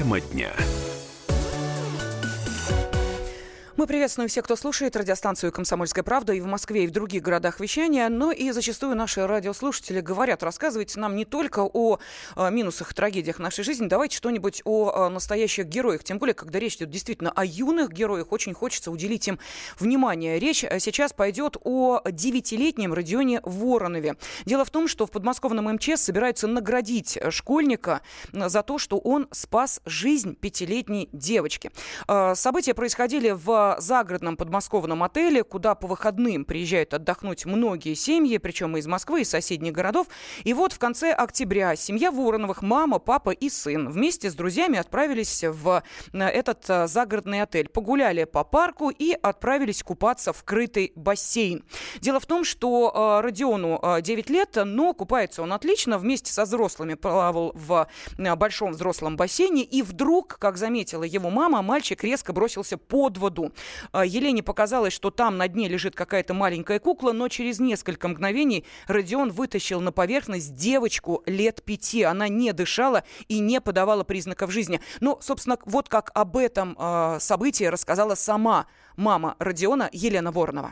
Тема дня. Мы приветствуем всех, кто слушает радиостанцию «Комсомольская правда» и в Москве, и в других городах вещания. Но и зачастую наши радиослушатели говорят: рассказывайте нам не только о минусах и трагедиях нашей жизни, давайте что-нибудь о настоящих героях. Тем более, когда речь идет действительно о юных героях, очень хочется уделить им внимание. Речь сейчас пойдет о 9-летнем Родионе Воронове. Дело в том, что в подмосковном МЧС собираются наградить школьника за то, что он спас жизнь 5-летней девочки. События происходили в загородном подмосковном отеле, куда по выходным приезжают отдохнуть многие семьи, причем и из Москвы, и из соседних городов. И вот в конце октября семья Вороновых, мама, папа и сын, вместе с друзьями отправились в этот загородный отель. Погуляли по парку и отправились купаться в крытый бассейн. Дело в том, что Родиону 9 лет, но купается он отлично, вместе со взрослыми плавал в большом взрослом бассейне. И вдруг, как заметила его мама, мальчик резко бросился под воду. Елене показалось, что там на дне лежит какая-то маленькая кукла, но через несколько мгновений Родион вытащил на поверхность девочку лет 5. Она не дышала и не подавала признаков жизни. Но, собственно, вот как об этом событии рассказала сама мама Родиона Елена Воронова.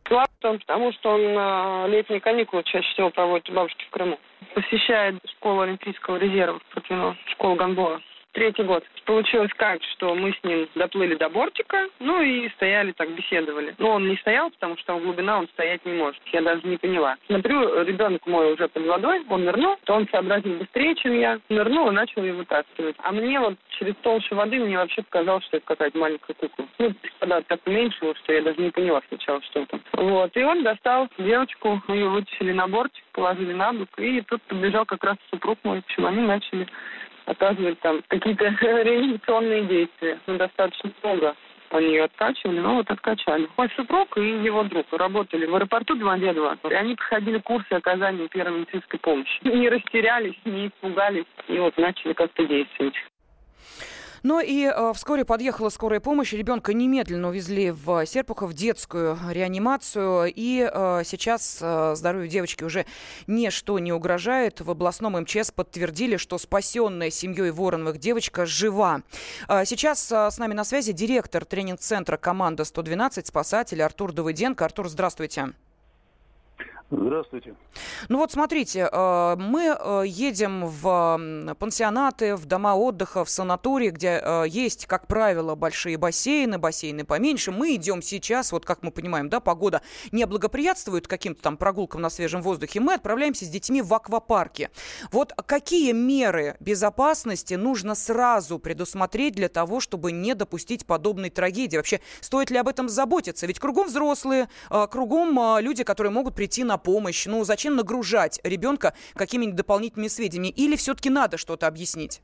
Потому что он летние каникулы чаще всего проводит у бабушки в Крыму. Посещает школу Олимпийского резерва, школу гандбола. 3-й год. Получилось как, что мы с ним доплыли до бортика, и стояли так, беседовали. Но он не стоял, потому что там глубина, он стоять не может. Я даже не поняла. Смотрю, ребенок мой уже под водой, он нырнул, то он сообразил быстрее, чем я. Нырнул и начал ее вытаскивать. А мне вот через толщу воды мне вообще показалось, что это какая-то маленькая кукла. Вода так уменьшилась, что я даже не поняла сначала, что это. И он достал девочку, мы ее вытащили на бортик, положили на бок, и тут подбежал как раз супруг мой, в общем, они начали оказывать там какие-то реанимационные действия. Достаточно долго они ее откачивали, откачали. Мой супруг и его друг работали в аэропорту Домодедово. И они проходили курсы оказания первой медицинской помощи. Не растерялись, не испугались и начали как-то действовать. Но и вскоре подъехала скорая помощь. Ребенка немедленно увезли в Серпухов, в детскую реанимацию. И сейчас здоровью девочки уже ничто не угрожает. В областном МЧС подтвердили, что спасенная семьей Вороновых девочка жива. Сейчас с нами на связи директор тренинг-центра «Команда 112», спасатель Артур Давыденко. Артур, здравствуйте. Здравствуйте. Смотрите, мы едем в пансионаты, в дома отдыха, в санатории, где есть, как правило, большие бассейны поменьше. Мы идем сейчас, как мы понимаем, погода не благоприятствует каким-то там прогулкам на свежем воздухе. Мы отправляемся с детьми в аквапарки. Какие меры безопасности нужно сразу предусмотреть для того, чтобы не допустить подобной трагедии? Вообще, стоит ли об этом заботиться? Ведь кругом взрослые, кругом люди, которые могут прийти на помощь. Зачем нагружать ребенка какими-нибудь дополнительными сведениями? Или все-таки надо что-то объяснить?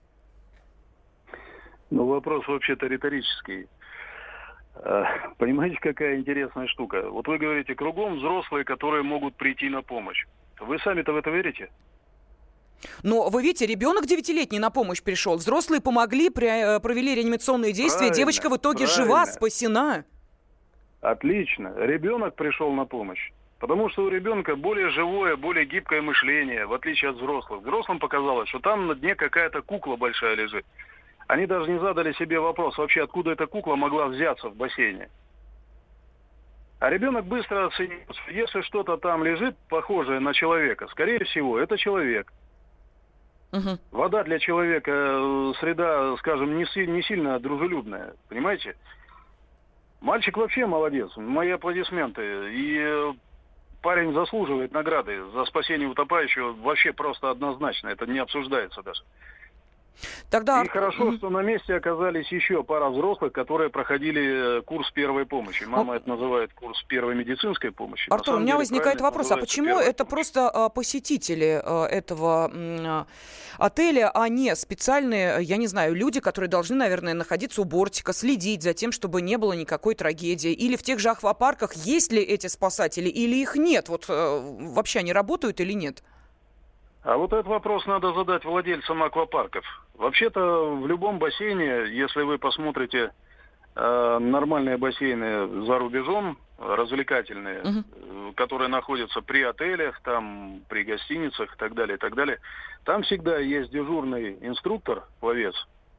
Вопрос вообще-то риторический. Понимаете, какая интересная штука? Вы говорите, кругом взрослые, которые могут прийти на помощь. Вы сами-то в это верите? Но вы видите, ребенок 9-летний на помощь пришел. Взрослые помогли, провели реанимационные действия. Девочка в итоге жива, спасена. Отлично. Ребенок пришел на помощь. Потому что у ребенка более живое, более гибкое мышление, в отличие от взрослых. Взрослым показалось, что там на дне какая-то кукла большая лежит. Они даже не задали себе вопрос, вообще откуда эта кукла могла взяться в бассейне. А ребенок быстро оценил, что если что-то там лежит, похожее на человека, скорее всего, это человек. Угу. Вода для человека среда, скажем, не сильно дружелюбная, понимаете? Мальчик вообще молодец, мои аплодисменты. И парень заслуживает награды за спасение утопающего вообще просто однозначно. Это не обсуждается даже. Тогда... И хорошо, что на месте оказались еще пара взрослых, которые проходили курс первой помощи. Мама это называет курс первой медицинской помощи. Артур, у меня возникает вопрос, а почему это просто посетители этого отеля, а не специальные, я не знаю, люди, которые должны, наверное, находиться у бортика, следить за тем, чтобы не было никакой трагедии? Или в тех же аквапарках есть ли эти спасатели, или их нет? Вообще они работают или нет? А этот вопрос надо задать владельцам аквапарков. Вообще-то в любом бассейне, если вы посмотрите нормальные бассейны за рубежом, развлекательные, которые находятся при отелях, там, при гостиницах и так далее, там всегда есть дежурный инструктор, пловец,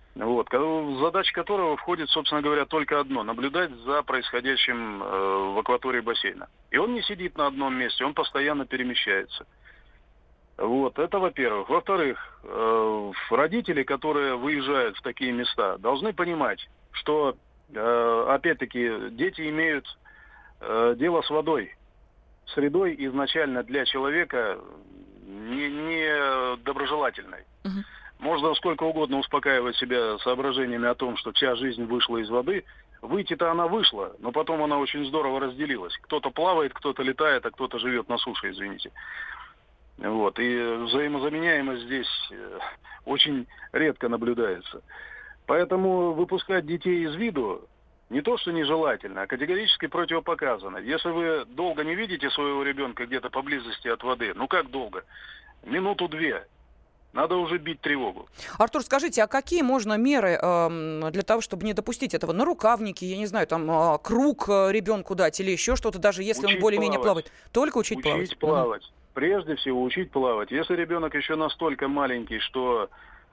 Вот, задача которого входит, собственно говоря, только одно – наблюдать за происходящим в акватории бассейна. И он не сидит на одном месте, он постоянно перемещается. Вот, это во-первых. Во-вторых, родители, которые выезжают в такие места, должны понимать, что, опять-таки, дети имеют дело с водой. Средой изначально для человека не доброжелательной. Можно сколько угодно успокаивать себя соображениями о том, что вся жизнь вышла из воды. Выйти-то она вышла, но потом она очень здорово разделилась. Кто-то плавает, кто-то летает, а кто-то живет на суше, извините. Вот. И взаимозаменяемость здесь очень редко наблюдается. Поэтому выпускать детей из виду не то, что нежелательно, а категорически противопоказано. Если вы долго не видите своего ребенка где-то поблизости от воды, ну как долго? Минуту-две. Надо уже бить тревогу. Артур, скажите, а какие можно меры для того, чтобы не допустить этого? Нарукавники, я не знаю, там круг ребенку дать или еще что-то, даже если он более-менее плавает? Только учить плавать? Учить плавать. Прежде всего учить плавать. Если ребенок еще настолько маленький, что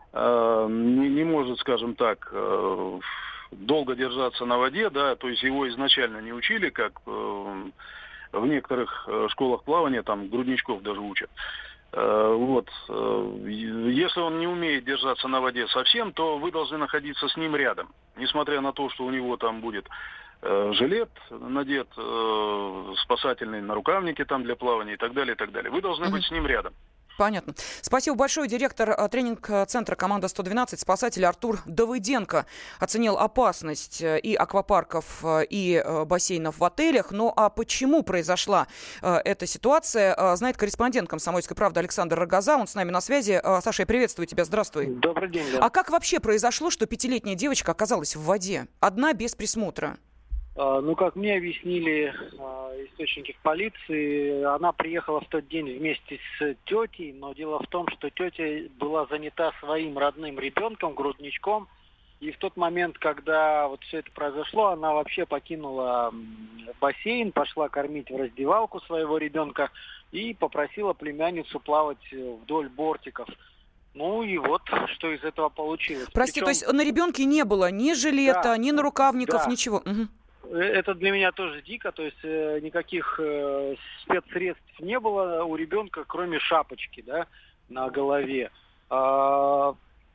не может, скажем так, долго держаться на воде, да, то есть его изначально не учили, как в некоторых школах плавания, там грудничков даже учат. Вот. Если он не умеет держаться на воде совсем, то вы должны находиться с ним рядом. Несмотря на то, что у него там будет жилет надет, спасательный, нарукавники там для плавания и так далее, и так далее. Вы должны быть с ним рядом. Понятно. Спасибо большое. Директор тренинг-центра «Команда 112», спасатель Артур Давыденко оценил опасность и аквапарков, и бассейнов в отелях. Ну а почему произошла эта ситуация, знает корреспондент «Комсомольской правды» Александр Рогоза. Он с нами на связи. Саша, я приветствую тебя. Здравствуй. Добрый день. Да. А как вообще произошло, что 5-летняя девочка оказалась в воде? Одна, без присмотра? Ну, как мне объяснили источники в полиции, она приехала в тот день вместе с тетей, но дело в том, что тетя была занята своим родным ребенком, грудничком, и в тот момент, когда вот все это произошло, она вообще покинула бассейн, пошла кормить в раздевалку своего ребенка и попросила племянницу плавать вдоль бортиков. Ну и вот, что из этого получилось. Прости, то есть на ребенке не было ни жилета, ни нарукавников, ничего? Угу. Это для меня тоже дико, то есть никаких спецсредств не было у ребенка, кроме шапочки, да, на голове. Слава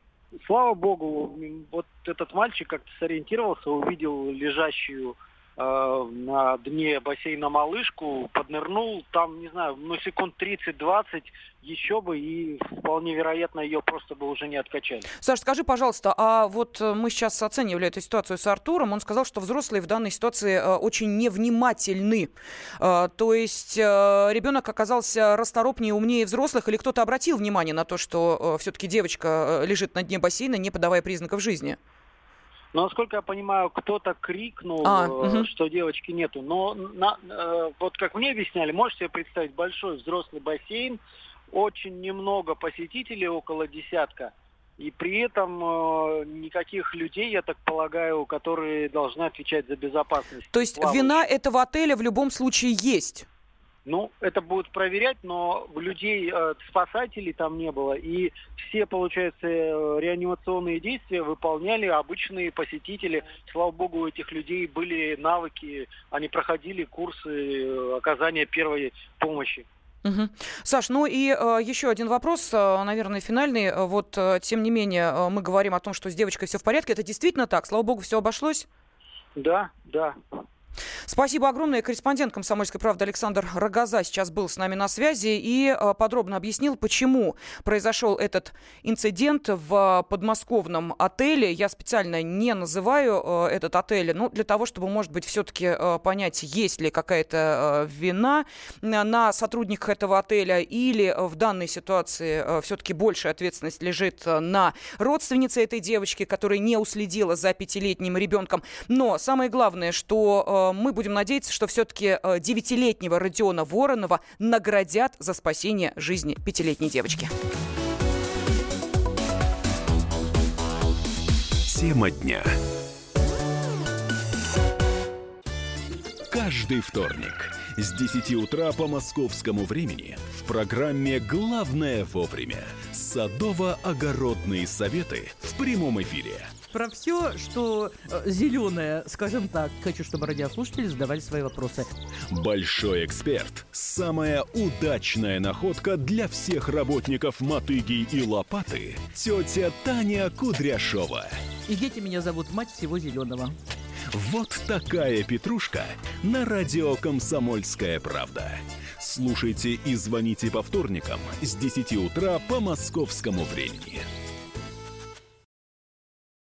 богу, вот этот мальчик как-то сориентировался, увидел лежащую на дне бассейна малышку, поднырнул, там, не знаю, секунд 30-20 еще бы, и вполне вероятно ее просто бы уже не откачали. Саш, скажи, пожалуйста, а вот мы сейчас оценивали эту ситуацию с Артуром, он сказал, что взрослые в данной ситуации очень невнимательны. То есть ребенок оказался расторопнее, умнее взрослых, или кто-то обратил внимание на то, что все-таки девочка лежит на дне бассейна, не подавая признаков жизни? Но, насколько я понимаю, кто-то крикнул, что девочки нету. Но вот как мне объясняли, можете себе представить большой взрослый бассейн, очень немного посетителей, около десятка, и при этом никаких людей, я так полагаю, которые должны отвечать за безопасность. То есть вина этого отеля в любом случае есть? Ну, это будут проверять, но людей, спасателей там не было. И все, получается, реанимационные действия выполняли обычные посетители. Слава богу, у этих людей были навыки, они проходили курсы оказания первой помощи. Угу. Саш, ну и еще один вопрос, наверное, финальный. Вот, тем не менее, мы говорим о том, что с девочкой все в порядке. Это действительно так? Слава богу, все обошлось? Да, да. Спасибо огромное. Корреспондент «Комсомольской правды» Александр Рогоза сейчас был с нами на связи и подробно объяснил, почему произошел этот инцидент в подмосковном отеле. Я специально не называю этот отель, для того, чтобы, может быть, все-таки понять, есть ли какая-то вина на сотрудниках этого отеля, или в данной ситуации все-таки большая ответственность лежит на родственнице этой девочки, которая не уследила за 5-летним ребенком. Но самое главное, что мы будем надеяться, что все-таки 9-летнего Родиона Воронова наградят за спасение жизни 5-летней девочки. Тема дня. Каждый вторник с 10 утра по московскому времени в программе «Главное вовремя» садово-огородные советы в прямом эфире. про все, что зеленое, скажем так. Хочу, чтобы радиослушатели задавали свои вопросы. Большой эксперт. Самая удачная находка для всех работников «Мотыги» и «Лопаты» – тетя Таня Кудряшова. И дети меня зовут мать всего зеленого. Вот такая петрушка на радио «Комсомольская правда». Слушайте и звоните по вторникам с 10 утра по московскому времени.